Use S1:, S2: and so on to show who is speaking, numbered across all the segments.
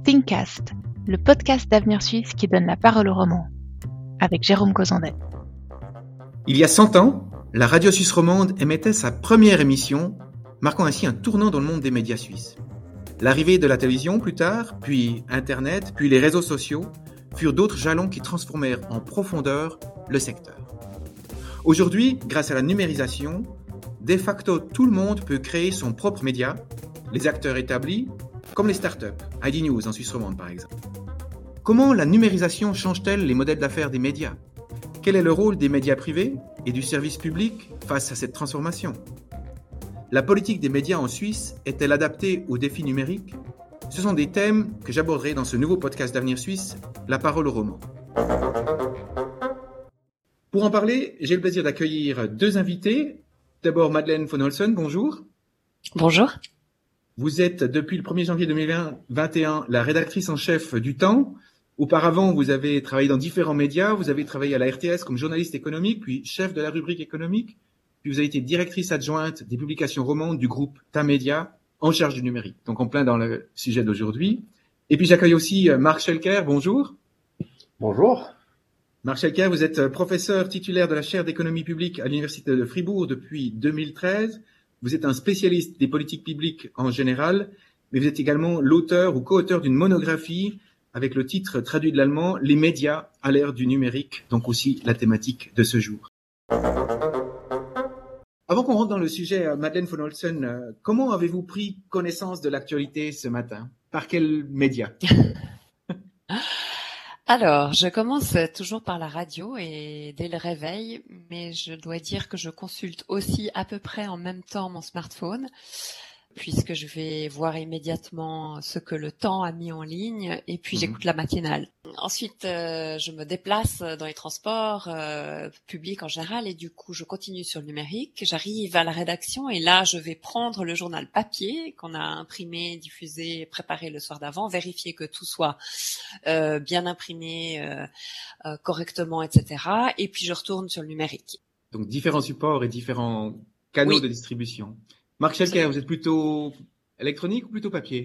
S1: Thinkcast, le podcast d'Avenir Suisse qui donne la parole au roman, avec Jérôme Cozandet.
S2: Il y a 100 ans, la radio suisse romande émettait sa première émission, marquant ainsi un tournant dans le monde des médias suisses. L'arrivée de la télévision plus tard, puis Internet, puis les réseaux sociaux, furent d'autres jalons qui transformèrent en profondeur le secteur. Aujourd'hui, grâce à la numérisation, de facto tout le monde peut créer son propre média, les acteurs établis, comme les startups, ID News en Suisse romande par exemple. Comment la numérisation change-t-elle les modèles d'affaires des médias ? Quel est le rôle des médias privés et du service public face à cette transformation ? La politique des médias en Suisse est-elle adaptée aux défis numériques ? Ce sont des thèmes que j'aborderai dans ce nouveau podcast d'Avenir Suisse, La parole au roman. Pour en parler, j'ai le plaisir d'accueillir deux invités. D'abord Madeleine von Holsen, bonjour.
S3: Bonjour.
S2: Vous êtes depuis le 1er janvier 2021 la rédactrice en chef du Temps. Auparavant, vous avez travaillé dans différents médias. Vous avez travaillé à la RTS comme journaliste économique, puis chef de la rubrique économique. Puis vous avez été directrice adjointe des publications romandes du groupe Tamedia, en charge du numérique. Donc en plein dans le sujet d'aujourd'hui. Et puis j'accueille aussi Marc Schelker, bonjour.
S4: Bonjour.
S2: Marc Schelker, vous êtes professeur titulaire de la chaire d'économie publique à l'Université de Fribourg depuis 2013. Vous êtes un spécialiste des politiques publiques en général, mais vous êtes également l'auteur ou co-auteur d'une monographie avec le titre traduit de l'allemand « Les médias à l'ère du numérique », donc aussi la thématique de ce jour. Avant qu'on rentre dans le sujet, Madeleine von Holsen, comment avez-vous pris connaissance de l'actualité ce matin ? Par quels médias ?
S3: Alors, je commence toujours par la radio et dès le réveil, mais je dois dire que je consulte aussi à peu près en même temps mon smartphone, puisque je vais voir immédiatement ce que le Temps a mis en ligne et puis j'écoute la matinale. Ensuite, je me déplace dans les transports publics en général et du coup, je continue sur le numérique. J'arrive à la rédaction et là, je vais prendre le journal papier qu'on a imprimé, diffusé, préparé le soir d'avant, vérifier que tout soit bien imprimé correctement, etc. Et puis, je retourne sur le numérique.
S2: Donc, différents supports et différents canaux de distribution. Marc Schelker, vous êtes plutôt électronique ou plutôt papier ?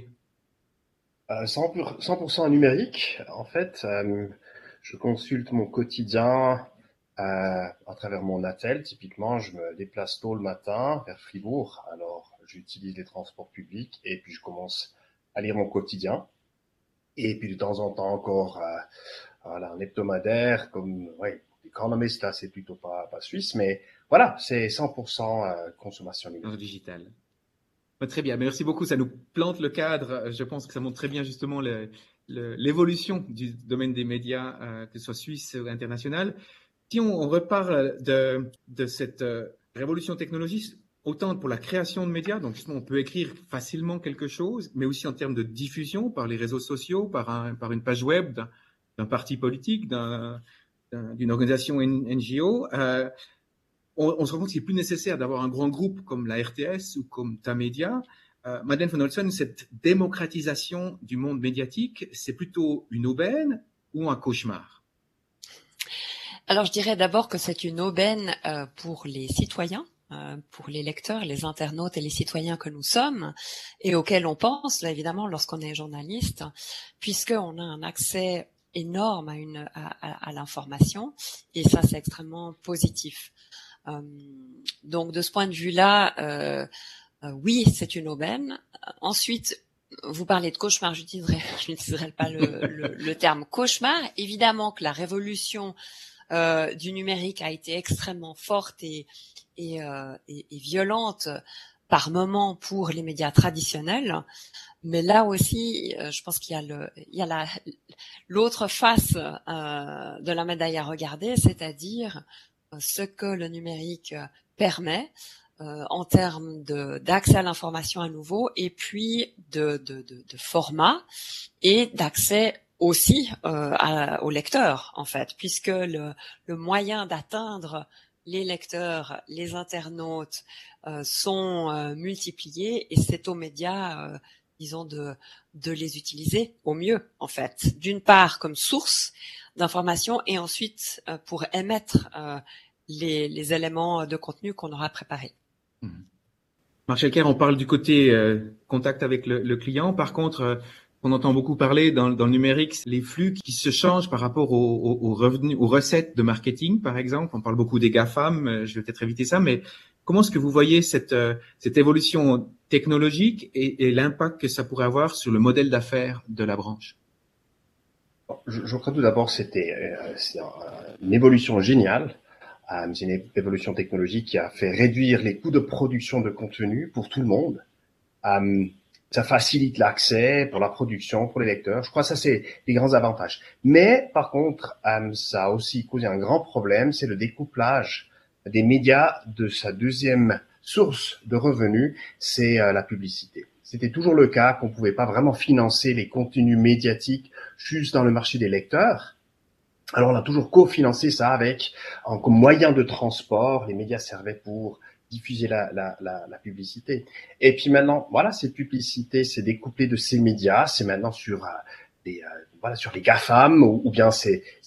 S4: 100% numérique. En fait, je consulte mon quotidien à travers mon attel. Typiquement, je me déplace tôt le matin vers Fribourg. Alors, j'utilise les transports publics et puis je commence à lire mon quotidien. Et puis de temps en temps encore un hebdomadaire comme Economist, là c'est plutôt pas suisse, mais voilà, c'est 100% consommation numérique.
S2: Digital. Très bien, merci beaucoup. Ça nous plante le cadre. Je pense que ça montre très bien justement l'évolution du domaine des médias, que ce soit suisse ou international. Si on reparle de cette révolution technologique, autant pour la création de médias, donc justement on peut écrire facilement quelque chose, mais aussi en termes de diffusion par les réseaux sociaux, par une page web d'un parti politique, d'une organisation NGO. On se rend compte qu'il est plus nécessaire d'avoir un grand groupe comme la RTS ou comme Tamedia. Madeleine von Holsen, cette démocratisation du monde médiatique, c'est plutôt une aubaine ou un cauchemar ?
S3: Alors, je dirais d'abord que c'est une aubaine pour les citoyens, pour les lecteurs, les internautes et les citoyens que nous sommes et auxquels on pense, là, évidemment, lorsqu'on est journaliste, puisqu'on a un accès énorme à l'information et ça, c'est extrêmement positif. Donc de ce point de vue-là, oui, c'est une aubaine. Ensuite, vous parlez de cauchemar, je n'utiliserai pas le terme cauchemar. Évidemment que la révolution du numérique a été extrêmement forte et violente par moment pour les médias traditionnels. Mais là aussi, je pense qu'il y a l'autre face de la médaille à regarder, c'est-à-dire ce que le numérique permet en termes d'accès à l'information à nouveau et puis de format et d'accès aussi aux lecteurs en fait, puisque le moyen d'atteindre les lecteurs, les internautes sont multipliés et c'est aux médias disons de les utiliser au mieux en fait, d'une part comme source d'information et ensuite pour émettre les éléments de contenu qu'on aura préparés.
S2: Marc Schelker, on parle du côté contact avec le client. Par contre, On entend beaucoup parler dans le numérique, les flux qui se changent par rapport aux revenus, aux recettes de marketing, par exemple. On parle beaucoup des GAFAM, je vais peut-être éviter ça, mais comment est-ce que vous voyez cette évolution technologique et l'impact que ça pourrait avoir sur le modèle d'affaires de la branche?
S4: Je crois tout d'abord c'est une évolution géniale. C'est une évolution technologique qui a fait réduire les coûts de production de contenu pour tout le monde. Ça facilite l'accès pour la production, pour les lecteurs. Je crois que ça, c'est des grands avantages. Mais, par contre, ça a aussi causé un grand problème, c'est le découplage des médias de sa deuxième source de revenus, c'est la publicité. C'était toujours le cas qu'on pouvait pas vraiment financer les contenus médiatiques juste dans le marché des lecteurs. Alors, on a toujours cofinancé ça avec, comme moyen de transport, les médias servaient pour diffuser la publicité. Et puis maintenant, voilà, cette publicité s'est découplée de ces médias, c'est maintenant sur sur les GAFAM ou bien ça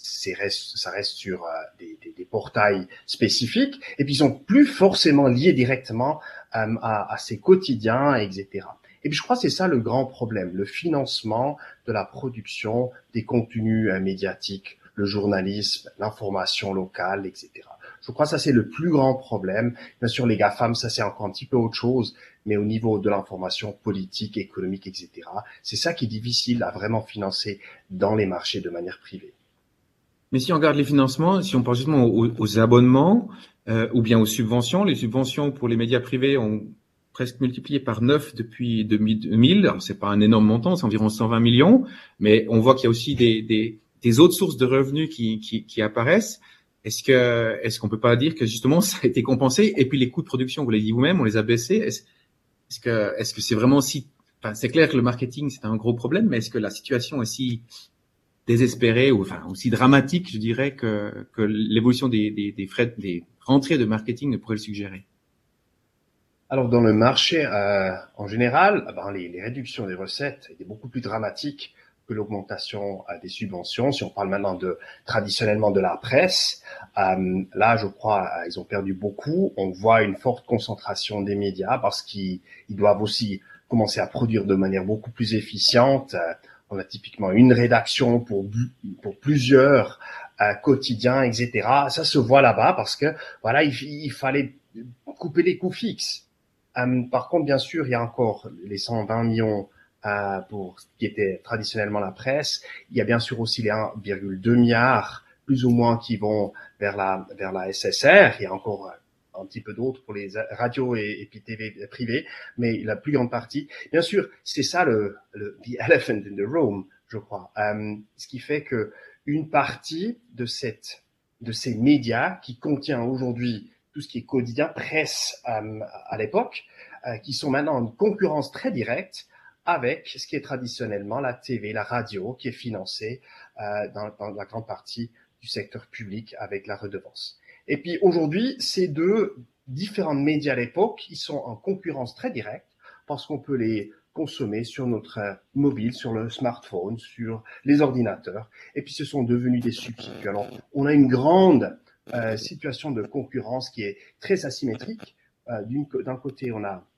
S4: reste sur des portails spécifiques. Et puis ils sont plus forcément liés directement à ces quotidiens, etc. Et puis je crois que c'est ça le grand problème, le financement de la production des contenus médiatiques, le journalisme, l'information locale, etc. Je crois que ça, c'est le plus grand problème. Bien sûr, les GAFAM, ça, c'est encore un petit peu autre chose, mais au niveau de l'information politique, économique, etc., c'est ça qui est difficile à vraiment financer dans les marchés de manière privée.
S2: Mais si on regarde les financements, si on pense justement aux abonnements ou bien aux subventions, les subventions pour les médias privés ont presque multiplié par 9 depuis 2000. Alors, c'est pas un énorme montant, c'est environ 120 millions, mais on voit qu'il y a aussi des autres sources de revenus qui apparaissent. Est-ce qu'on peut pas dire que justement ça a été compensé et puis les coûts de production, vous l'avez dit vous-même, on les a baissés. Est-ce que c'est vraiment si, enfin c'est clair que le marketing c'est un gros problème, mais est-ce que la situation est si désespérée ou enfin aussi dramatique, je dirais que l'évolution des frais, des rentrées de marketing ne pourrait le suggérer?
S4: Alors dans le marché en général, les réductions des recettes étaient beaucoup plus dramatiques que l'augmentation des subventions. Si on parle maintenant traditionnellement de la presse, là, je crois, ils ont perdu beaucoup. On voit une forte concentration des médias parce qu'ils doivent aussi commencer à produire de manière beaucoup plus efficiente. On a typiquement une rédaction pour plusieurs quotidiens, etc. Ça se voit là-bas parce que voilà, il fallait couper les coûts fixes. Par contre, bien sûr, il y a encore les 120 millions pour ce qui était traditionnellement la presse. Il y a bien sûr aussi les 1,2 milliard plus ou moins qui vont vers la SSR. Il y a encore un petit peu d'autres pour les radios et puis TV privées, mais la plus grande partie, bien sûr, c'est ça the elephant in the room, je crois. Ce qui fait que une partie de ces médias qui contient aujourd'hui tout ce qui est quotidien, presse à l'époque, qui sont maintenant en concurrence très directe avec ce qui est traditionnellement la TV, la radio, qui est financée dans la grande partie du secteur public avec la redevance. Et puis aujourd'hui, ces deux différents médias à l'époque, ils sont en concurrence très directe parce qu'on peut les consommer sur notre mobile, sur le smartphone, sur les ordinateurs. Et puis ce sont devenus des substituts. Alors on a une grande situation de concurrence qui est très asymétrique. D'un côté, on a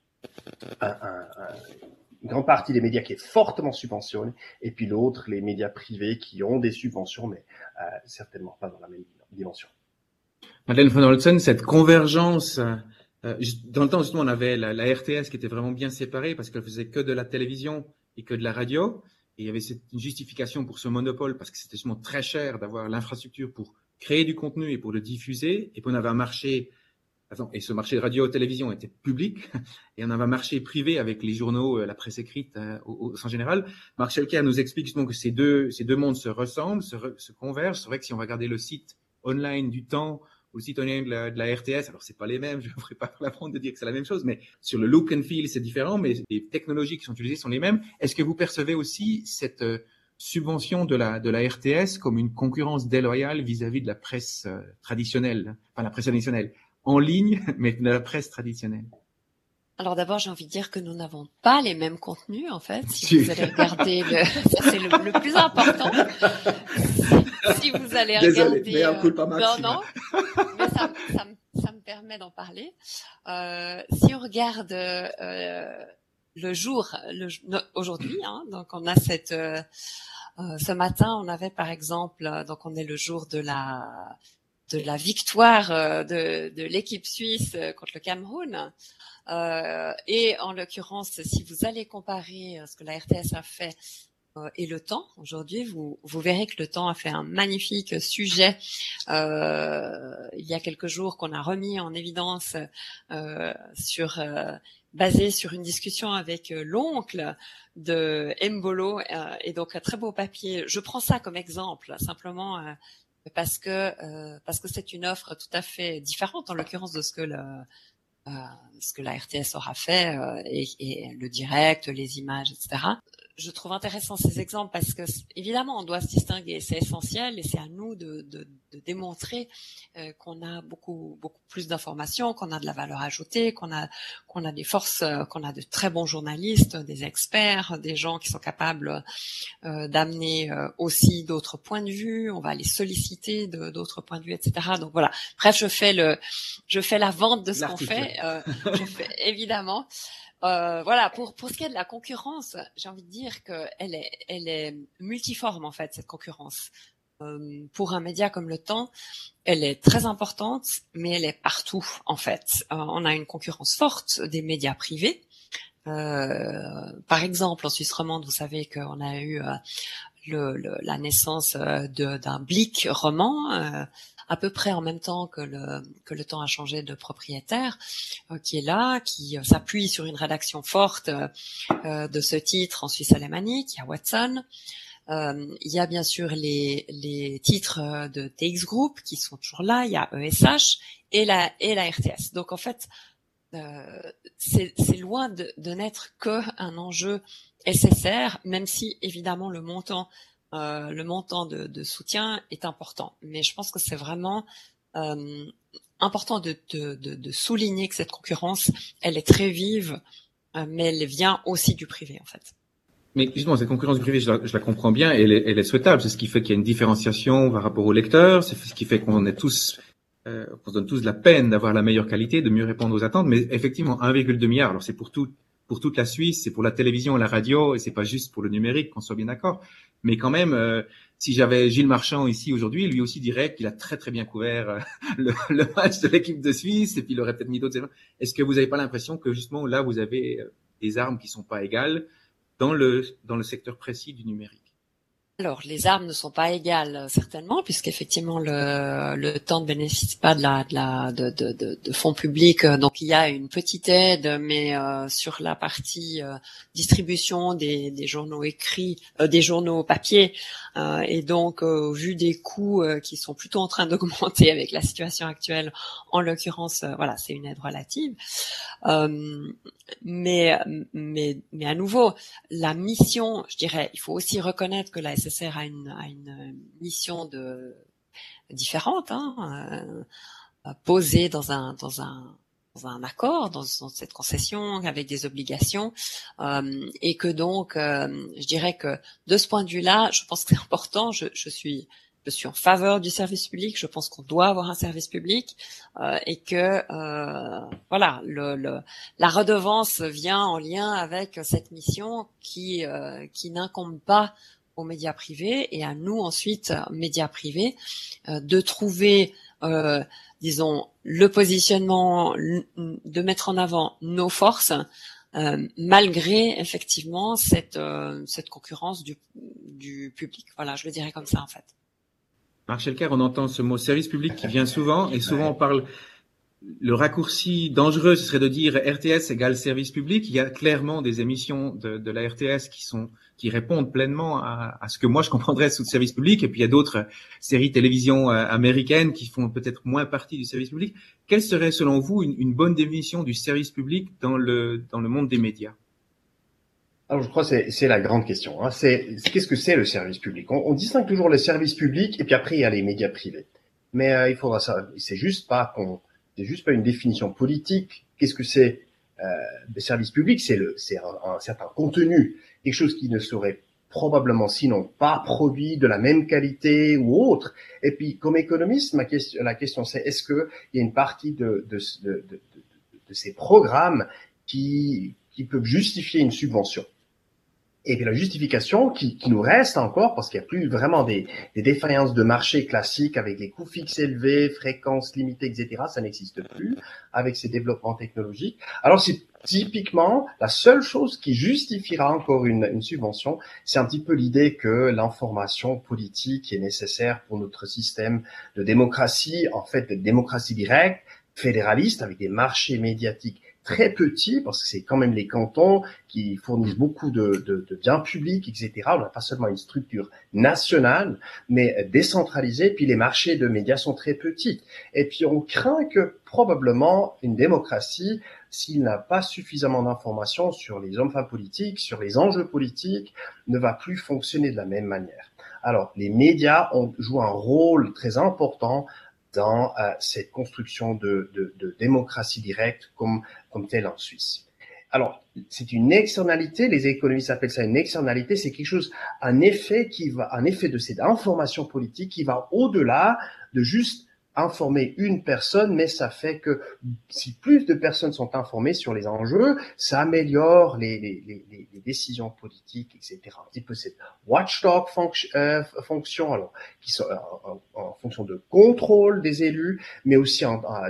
S4: une grande partie des médias qui est fortement subventionnée, et puis l'autre, les médias privés qui ont des subventions, mais certainement pas dans la même dimension.
S2: Madeleine von Holtzen, cette convergence, dans le temps justement, on avait la RTS qui était vraiment bien séparée parce qu'elle faisait que de la télévision et que de la radio, et il y avait une justification pour ce monopole parce que c'était justement très cher d'avoir l'infrastructure pour créer du contenu et pour le diffuser, et puis on avait un marché. Et ce marché de radio-télévision était public, et on avait un marché privé avec les journaux, la presse écrite au sens général. Marc Schelker nous explique justement que ces deux mondes se ressemblent, se convergent. C'est vrai que si on va regarder le site online du Temps ou le site online de la RTS, alors c'est pas les mêmes, je ne ferai pas l'affront de dire que c'est la même chose, mais sur le look and feel c'est différent, mais les technologies qui sont utilisées sont les mêmes. Est-ce que vous percevez aussi cette subvention de la RTS comme une concurrence déloyale vis-à-vis de la presse traditionnelle, enfin la presse traditionnelle en ligne, mais de la presse traditionnelle?
S3: Alors d'abord, j'ai envie de dire que nous n'avons pas les mêmes contenus, en fait. Si vous allez regarder ça c'est le plus important. Si vous allez regarder...
S2: Désolé, mais un coup pas Maxime.
S3: Non, mais ça me permet d'en parler. Si on regarde aujourd'hui, hein, donc on a ce matin, on avait par exemple, donc on est le jour de la victoire de l'équipe suisse contre le Cameroun. Et en l'occurrence, si vous allez comparer ce que la RTS a fait et le temps, aujourd'hui, vous verrez que le temps a fait un magnifique sujet il y a quelques jours qu'on a remis en évidence basé sur une discussion avec l'oncle de Mbolo, et donc un très beau papier. Je prends ça comme exemple, simplement parce que c'est une offre tout à fait différente, en l'occurrence de ce que la RTS aura fait, et le direct, les images, etc. Je trouve intéressant ces exemples parce que évidemment on doit se distinguer, c'est essentiel, et c'est à nous de démontrer qu'on a beaucoup plus d'informations, qu'on a de la valeur ajoutée, qu'on a des forces, qu'on a de très bons journalistes, des experts, des gens qui sont capables d'amener aussi d'autres points de vue. On va les solliciter d'autres points de vue, etc. Donc voilà. Bref, je fais la vente de ce qu'on fait. Je fais évidemment. Voilà, pour ce qui est de la concurrence, j'ai envie de dire que elle est multiforme en fait, cette concurrence. Pour un média comme Le Temps, elle est très importante, mais elle est partout en fait. On a une concurrence forte des médias privés. Par exemple, en Suisse romande, vous savez qu'on a eu la naissance d'un Blick roman, à peu près en même temps que le Temps a changé de propriétaire, qui est là, qui s'appuie sur une rédaction forte de ce titre en Suisse alémanique. Il y a Watson, il y a bien sûr les titres de TX Group qui sont toujours là, il y a ESH et la RTS. Donc en fait, c'est loin de n'être que un enjeu SSR, même si évidemment le montant de soutien est important. Mais je pense que c'est vraiment important de souligner que cette concurrence, elle est très vive, mais elle vient aussi du privé en fait.
S2: Mais justement, cette concurrence du privé, je la comprends bien, et elle est souhaitable. C'est ce qui fait qu'il y a une différenciation par rapport aux lecteurs. C'est ce qui fait qu'on est tous, qu'on se donne tous de la peine d'avoir la meilleure qualité, de mieux répondre aux attentes. Mais effectivement, 1,2 milliard. Alors c'est pour toute la Suisse, c'est pour la télévision, la radio, et c'est pas juste pour le numérique, qu'on soit bien d'accord. Mais quand même, si j'avais Gilles Marchand ici aujourd'hui, lui aussi dirait qu'il a très très bien couvert le match de l'équipe de Suisse, et puis il aurait peut-être mis d'autres. Est-ce que vous n'avez pas l'impression que justement là, vous avez des armes qui sont pas égales dans le secteur précis du numérique?
S3: Alors, les armes ne sont pas égales, certainement, puisqu'effectivement le Temps ne bénéficie pas de fonds publics, donc il y a une petite aide, mais sur la partie distribution des journaux écrits, des journaux papier, et donc au vu des coûts qui sont plutôt en train d'augmenter avec la situation actuelle, en l'occurrence, voilà, c'est une aide relative. Mais à nouveau, la mission, je dirais, il faut aussi reconnaître que la SSR a une mission différente, posée dans un accord, dans cette concession avec des obligations, et que donc, je dirais que de ce point de vue-là, je pense que c'est important. Je suis en faveur du service public. Je pense qu'on doit avoir un service public, et que voilà, la redevance vient en lien avec cette mission qui n'incombe pas aux médias privés et à nous ensuite, médias privés, de trouver, disons, le positionnement, de mettre en avant nos forces, malgré effectivement cette concurrence du public. Voilà, je le dirais comme ça en fait.
S2: Marc Schelker, on entend ce mot service public qui vient souvent, et souvent on parle, le raccourci dangereux, ce serait de dire RTS égale service public. Il y a clairement des émissions de la RTS qui répondent pleinement à ce que moi je comprendrais sous service public, et puis il y a d'autres séries télévision américaines qui font peut-être moins partie du service public. Quelle serait selon vous une bonne définition du service public dans le monde des médias?
S4: Alors, je crois que c'est la grande question. Qu'est-ce que c'est le service public? On distingue toujours le service public et puis après il y a les médias privés. Mais il faudra ça. C'est juste pas une définition politique. Qu'est-ce que c'est le service public? C'est un certain contenu, quelque chose qui ne serait probablement sinon pas produit de la même qualité ou autre. Et puis, comme économiste, la question c'est est-ce que il y a une partie de ces programmes qui qui peuvent justifier une subvention. Et puis la justification qui nous reste encore, parce qu'il n'y a plus vraiment des défaillances de marché classiques avec les coûts fixes élevés, fréquences limitées, etc. Ça n'existe plus avec ces développements technologiques. Alors c'est typiquement la seule chose qui justifiera encore une subvention, c'est un petit peu l'idée que l'information politique est nécessaire pour notre système de démocratie, en fait de démocratie directe, fédéraliste, avec des marchés médiatiques très petits, parce que c'est quand même les cantons qui fournissent beaucoup de biens publics, etc. On n'a pas seulement une structure nationale, mais décentralisée, puis les marchés de médias sont très petits. Et puis on craint que probablement une démocratie, s'il n'a pas suffisamment d'informations sur les hommes-femmes politiques, sur les enjeux politiques, ne va plus fonctionner de la même manière. Alors, les médias jouent un rôle très important dans cette construction de démocratie directe comme telle en Suisse. Alors, c'est une externalité, les économistes appellent ça une externalité, c'est quelque chose, un effet de cette information politique qui va au-delà de juste informer une personne, mais ça fait que si plus de personnes sont informées sur les enjeux, ça améliore les décisions politiques, etc. Un petit peu cette watchdog fonction, alors qui sont en fonction de contrôle des élus, mais aussi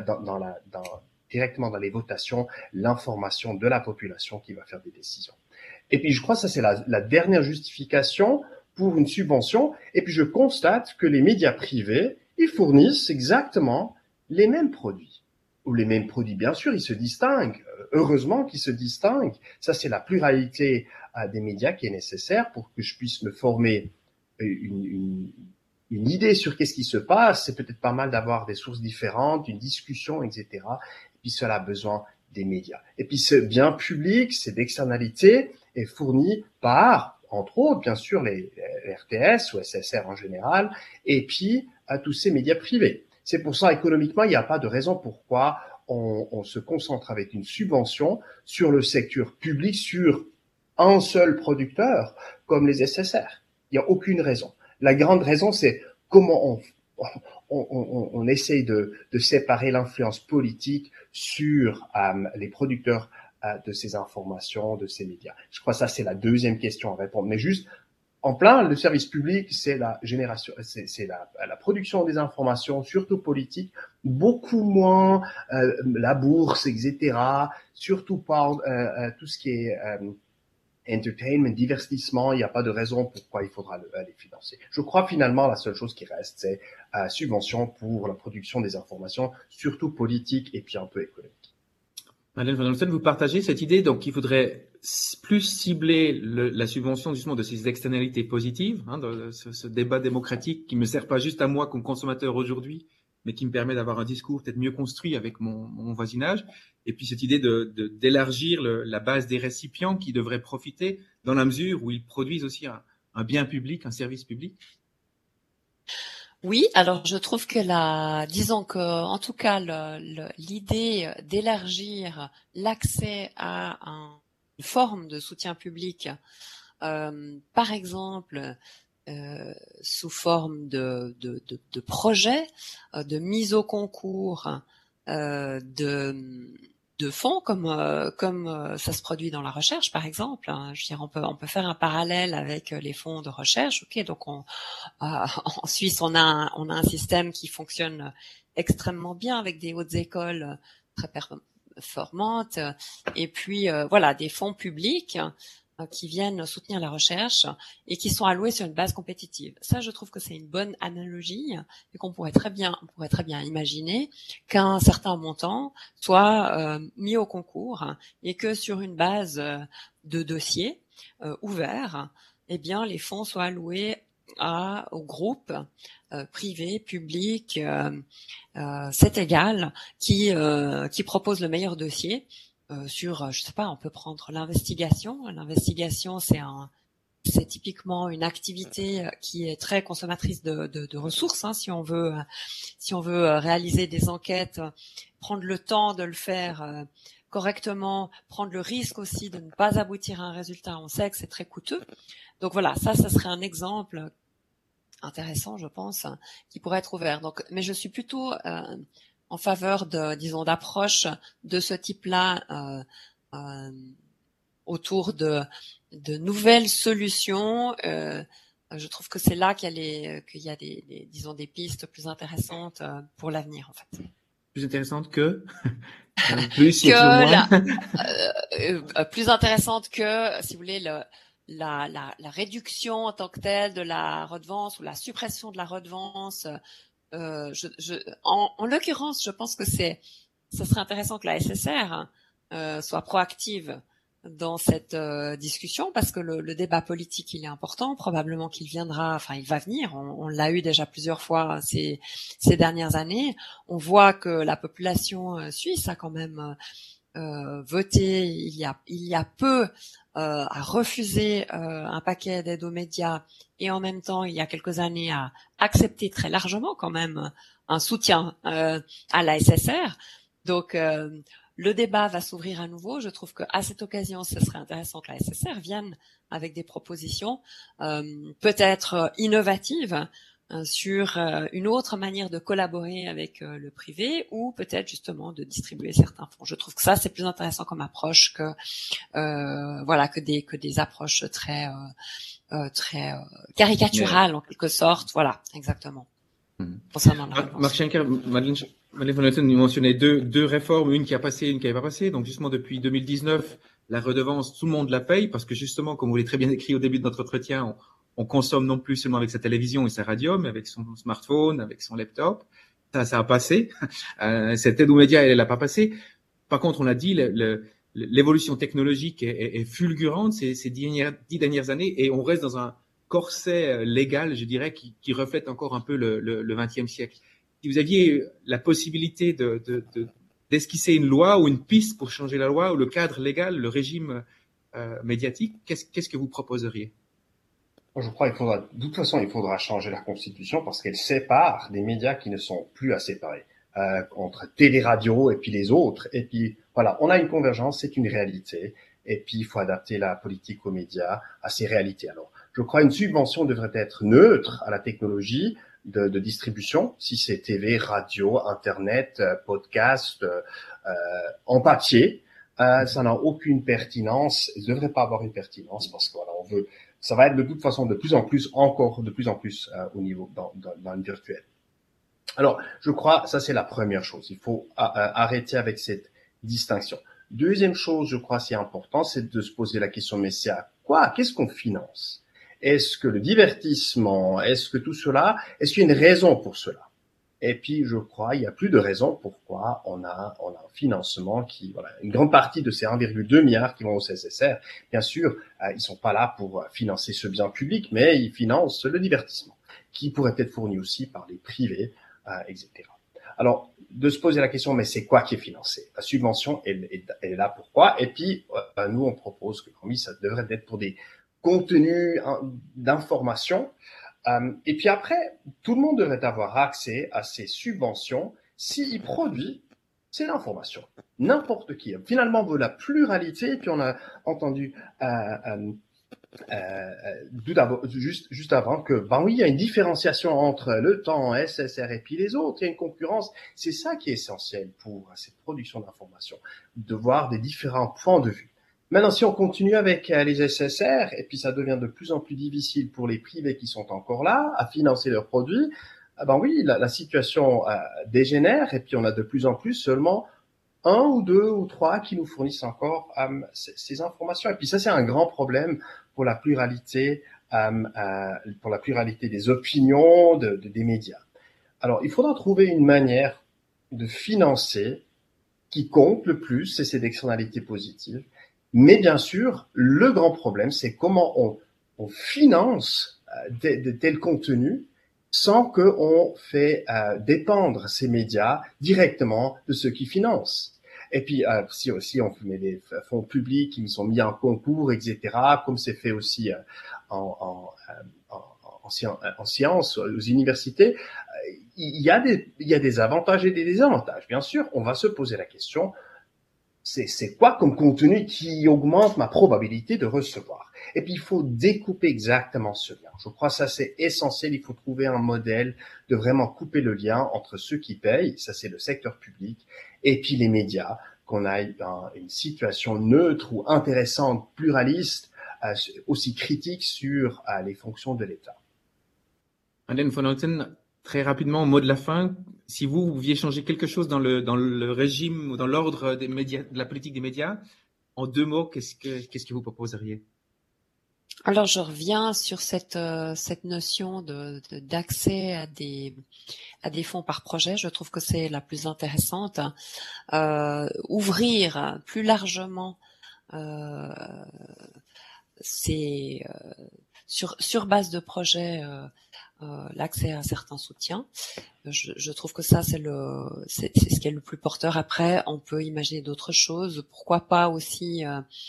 S4: directement dans les votations, l'information de la population qui va faire des décisions. Et puis je crois que ça c'est la dernière justification pour une subvention. Et puis je constate que les médias privés, ils fournissent exactement les mêmes produits. Ou les mêmes produits, bien sûr, ils se distinguent. Heureusement qu'ils se distinguent. Ça, c'est la pluralité des médias qui est nécessaire pour que je puisse me former une idée sur qu'est-ce qui se passe. C'est peut-être pas mal d'avoir des sources différentes, une discussion, etc. Et puis cela a besoin des médias. Et puis ce bien public, cette externalité est fourni par, entre autres, bien sûr, les RTS ou SSR en général, et puis à tous ces médias privés. C'est pour ça, économiquement, il n'y a pas de raison pourquoi on se concentre avec une subvention sur le secteur public, sur un seul producteur, comme les SSR. Il n'y a aucune raison. La grande raison, c'est comment on essaye de séparer l'influence politique sur les producteurs de ces informations, de ces médias. Je crois que ça, c'est la deuxième question à répondre. Mais juste, en plein, le service public, c'est la génération, c'est la production des informations, surtout politiques, beaucoup moins la bourse, etc. Surtout pas tout ce qui est entertainment, divertissement. Il n'y a pas de raison pourquoi il faudra les financer. Je crois finalement la seule chose qui reste, c'est subvention pour la production des informations, surtout politiques et puis un peu économiques.
S2: Madeleine Van Olsen, vous partagez cette idée, donc il faudrait plus cibler la subvention justement de ces externalités positives, de ce débat démocratique qui me sert pas juste à moi comme consommateur aujourd'hui, mais qui me permet d'avoir un discours peut-être mieux construit avec mon voisinage. Et puis cette idée d'élargir la base des récipients qui devraient profiter dans la mesure où ils produisent aussi un bien public, un service public.
S3: Oui, alors je trouve que disons que, en tout cas, l'idée d'élargir l'accès à une forme de soutien public, par exemple, sous forme de projets, de mise au concours, de fonds comme ça se produit dans la recherche par exemple. Je veux dire, on peut faire un parallèle avec les fonds de recherche. Ok, donc en Suisse on a un système qui fonctionne extrêmement bien avec des hautes écoles très performantes et puis voilà des fonds publics qui viennent soutenir la recherche et qui sont alloués sur une base compétitive. Ça, je trouve que c'est une bonne analogie et qu'on pourrait très bien imaginer qu'un certain montant soit mis au concours et que sur une base de dossiers ouverts, eh bien, les fonds soient alloués aux groupes privés, publics, c'est égal, qui proposent le meilleur dossier. Sur, je sais pas, on peut prendre l'investigation. L'investigation, c'est typiquement une activité qui est très consommatrice de ressources. Si on veut réaliser des enquêtes, prendre le temps de le faire correctement, prendre le risque aussi de ne pas aboutir à un résultat. On sait que c'est très coûteux. Donc voilà, ça serait un exemple intéressant, je pense, qui pourrait être ouvert. Donc, mais je suis plutôt en faveur d'approches de ce type-là autour de nouvelles solutions. Je trouve que c'est là qu'il y a disons des pistes plus intéressantes pour l'avenir en fait.
S2: Plus intéressante que plus
S3: que
S2: et moins.
S3: Plus intéressante que, si vous voulez, la réduction en tant que telle de la redevance ou la suppression de la redevance. En l'occurrence, je pense que ça serait intéressant que la SSR soit proactive dans cette discussion parce que le débat politique il est important, probablement qu'il viendra, enfin il va venir, on l'a eu déjà plusieurs fois ces dernières années. On voit que la population suisse a quand même voté il y a peu a refusé un paquet d'aides aux médias et en même temps il y a quelques années a accepté très largement quand même un soutien à la SSR. Donc le débat va s'ouvrir à nouveau. Je trouve qu'à cette occasion, ce serait intéressant que la SSR vienne avec des propositions peut-être innovatives sur une autre manière de collaborer avec le privé ou peut-être justement de distribuer certains fonds. Je trouve que ça c'est plus intéressant comme approche que que des approches très caricaturales en quelque sorte. Voilà, exactement. Concernant la redevance.
S2: Marc Schenker, Madeleine van Leuten nous mentionnait deux réformes, une qui a passé, une qui n'avait pas passé. Donc justement depuis 2019, la redevance, tout le monde la paye parce que justement, comme vous l'avez très bien écrit au début de notre entretien, on consomme non plus seulement avec sa télévision et sa radio, mais avec son smartphone, avec son laptop. Ça a passé. Cette aide aux médias, elle n'a pas passé. Par contre, on l'a dit, l'évolution technologique est fulgurante ces 10 dernières années et on reste dans un corset légal, je dirais, qui reflète encore un peu le XXe siècle. Si vous aviez la possibilité d'esquisser une loi ou une piste pour changer la loi ou le cadre légal, le régime médiatique, qu'est-ce que vous proposeriez ?
S4: Je crois de toute façon, il faudra changer la Constitution parce qu'elle sépare des médias qui ne sont plus à séparer entre télé-radio et puis les autres. Et puis voilà, on a une convergence, c'est une réalité. Et puis il faut adapter la politique aux médias à ces réalités. Alors, je crois une subvention devrait être neutre à la technologie de distribution, si c'est TV, radio, Internet, podcast, en papier. Ça n'a aucune pertinence, ça ne devrait pas avoir une pertinence parce que voilà, ça va être de toute façon de plus en plus au niveau dans le virtuel. Alors, je crois, ça c'est la première chose. Il faut arrêter avec cette distinction. Deuxième chose, je crois, c'est important, c'est de se poser la question, mais c'est à quoi? Qu'est-ce qu'on finance? Est-ce que le divertissement, est-ce que tout cela, est-ce qu'il y a une raison pour cela? Et puis, je crois, il y a plus de raison pourquoi on a un financement une grande partie de ces 1,2 milliard qui vont au CSSR, bien sûr, ils sont pas là pour financer ce bien public, mais ils financent le divertissement, qui pourrait être fourni aussi par les privés, etc. Alors, de se poser la question, mais c'est quoi qui est financé? La subvention, elle est là pourquoi? Et puis, nous, on propose que, oui, ça devrait être pour des contenus d'information. Et puis après, tout le monde devrait avoir accès à ces subventions s'il produit, c'est l'information. N'importe qui. Finalement, on veut la pluralité. Et puis on a entendu juste avant que, oui, il y a une différenciation entre le temps, SSR et puis les autres. Il y a une concurrence. C'est ça qui est essentiel pour cette production d'information, de voir des différents points de vue. Maintenant, si on continue avec les SSR, et puis ça devient de plus en plus difficile pour les privés qui sont encore là à financer leurs produits, oui, la situation dégénère, et puis on a de plus en plus seulement 1 ou 2 ou 3 qui nous fournissent encore ces informations. Et puis ça, c'est un grand problème pour la pluralité, des opinions des médias. Alors, il faudra trouver une manière de financer qui compte le plus, c'est ces externalités positives. Mais bien sûr, le grand problème, c'est comment on finance de tels contenus sans qu'on fait dépendre ces médias directement de ceux qui financent. Et puis, si aussi on met des fonds publics qui sont mis en concours, etc., comme c'est fait aussi en sciences, aux universités, il y a des avantages et des désavantages. Bien sûr, on va se poser la question, c'est quoi comme contenu qui augmente ma probabilité de recevoir? Et puis, il faut découper exactement ce lien. Je crois que ça, c'est essentiel. Il faut trouver un modèle de vraiment couper le lien entre ceux qui payent, ça c'est le secteur public, et puis les médias, qu'on ait une situation neutre ou intéressante, pluraliste, aussi critique sur les fonctions de l'État.
S2: Madeleine von Holten, très rapidement, au mot de la fin, si vous pouviez changer quelque chose dans le régime ou dans l'ordre des médias, de la politique des médias, en 2 mots, qu'est-ce que vous proposeriez?
S3: Alors, je reviens sur cette notion d'accès à des fonds par projet. Je trouve que c'est la plus intéressante. Ouvrir plus largement sur base de projet l'accès à certains soutiens. Je trouve que ça c'est ce qui est le plus porteur. Après, on peut imaginer d'autres choses. Pourquoi pas aussi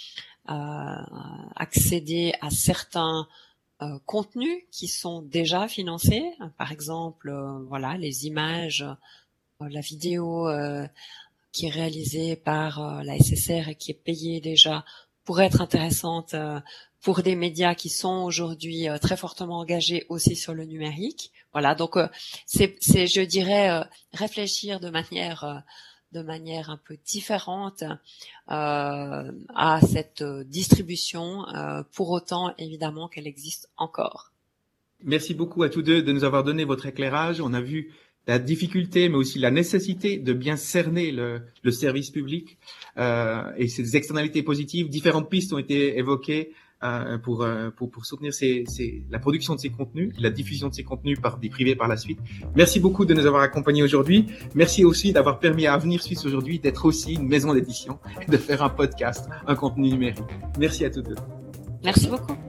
S3: accéder à certains contenus qui sont déjà financés, par exemple les images, la vidéo qui est réalisée par la SSR et qui est payée déjà pourrait être intéressante pour des médias qui sont aujourd'hui très fortement engagés aussi sur le numérique. Voilà, donc c'est je dirais réfléchir de manière un peu différente à cette distribution, pour autant évidemment qu'elle existe encore.
S2: Merci beaucoup à tous deux de nous avoir donné votre éclairage. On a vu la difficulté, mais aussi la nécessité de bien cerner le service public et ses externalités positives. Différentes pistes ont été évoquées pour soutenir la production de ces contenus, la diffusion de ces contenus par des privés par la suite. Merci beaucoup de nous avoir accompagnés aujourd'hui. Merci aussi d'avoir permis à Avenir Suisse aujourd'hui d'être aussi une maison d'édition et de faire un podcast, un contenu numérique. Merci à tous deux.
S3: Merci beaucoup.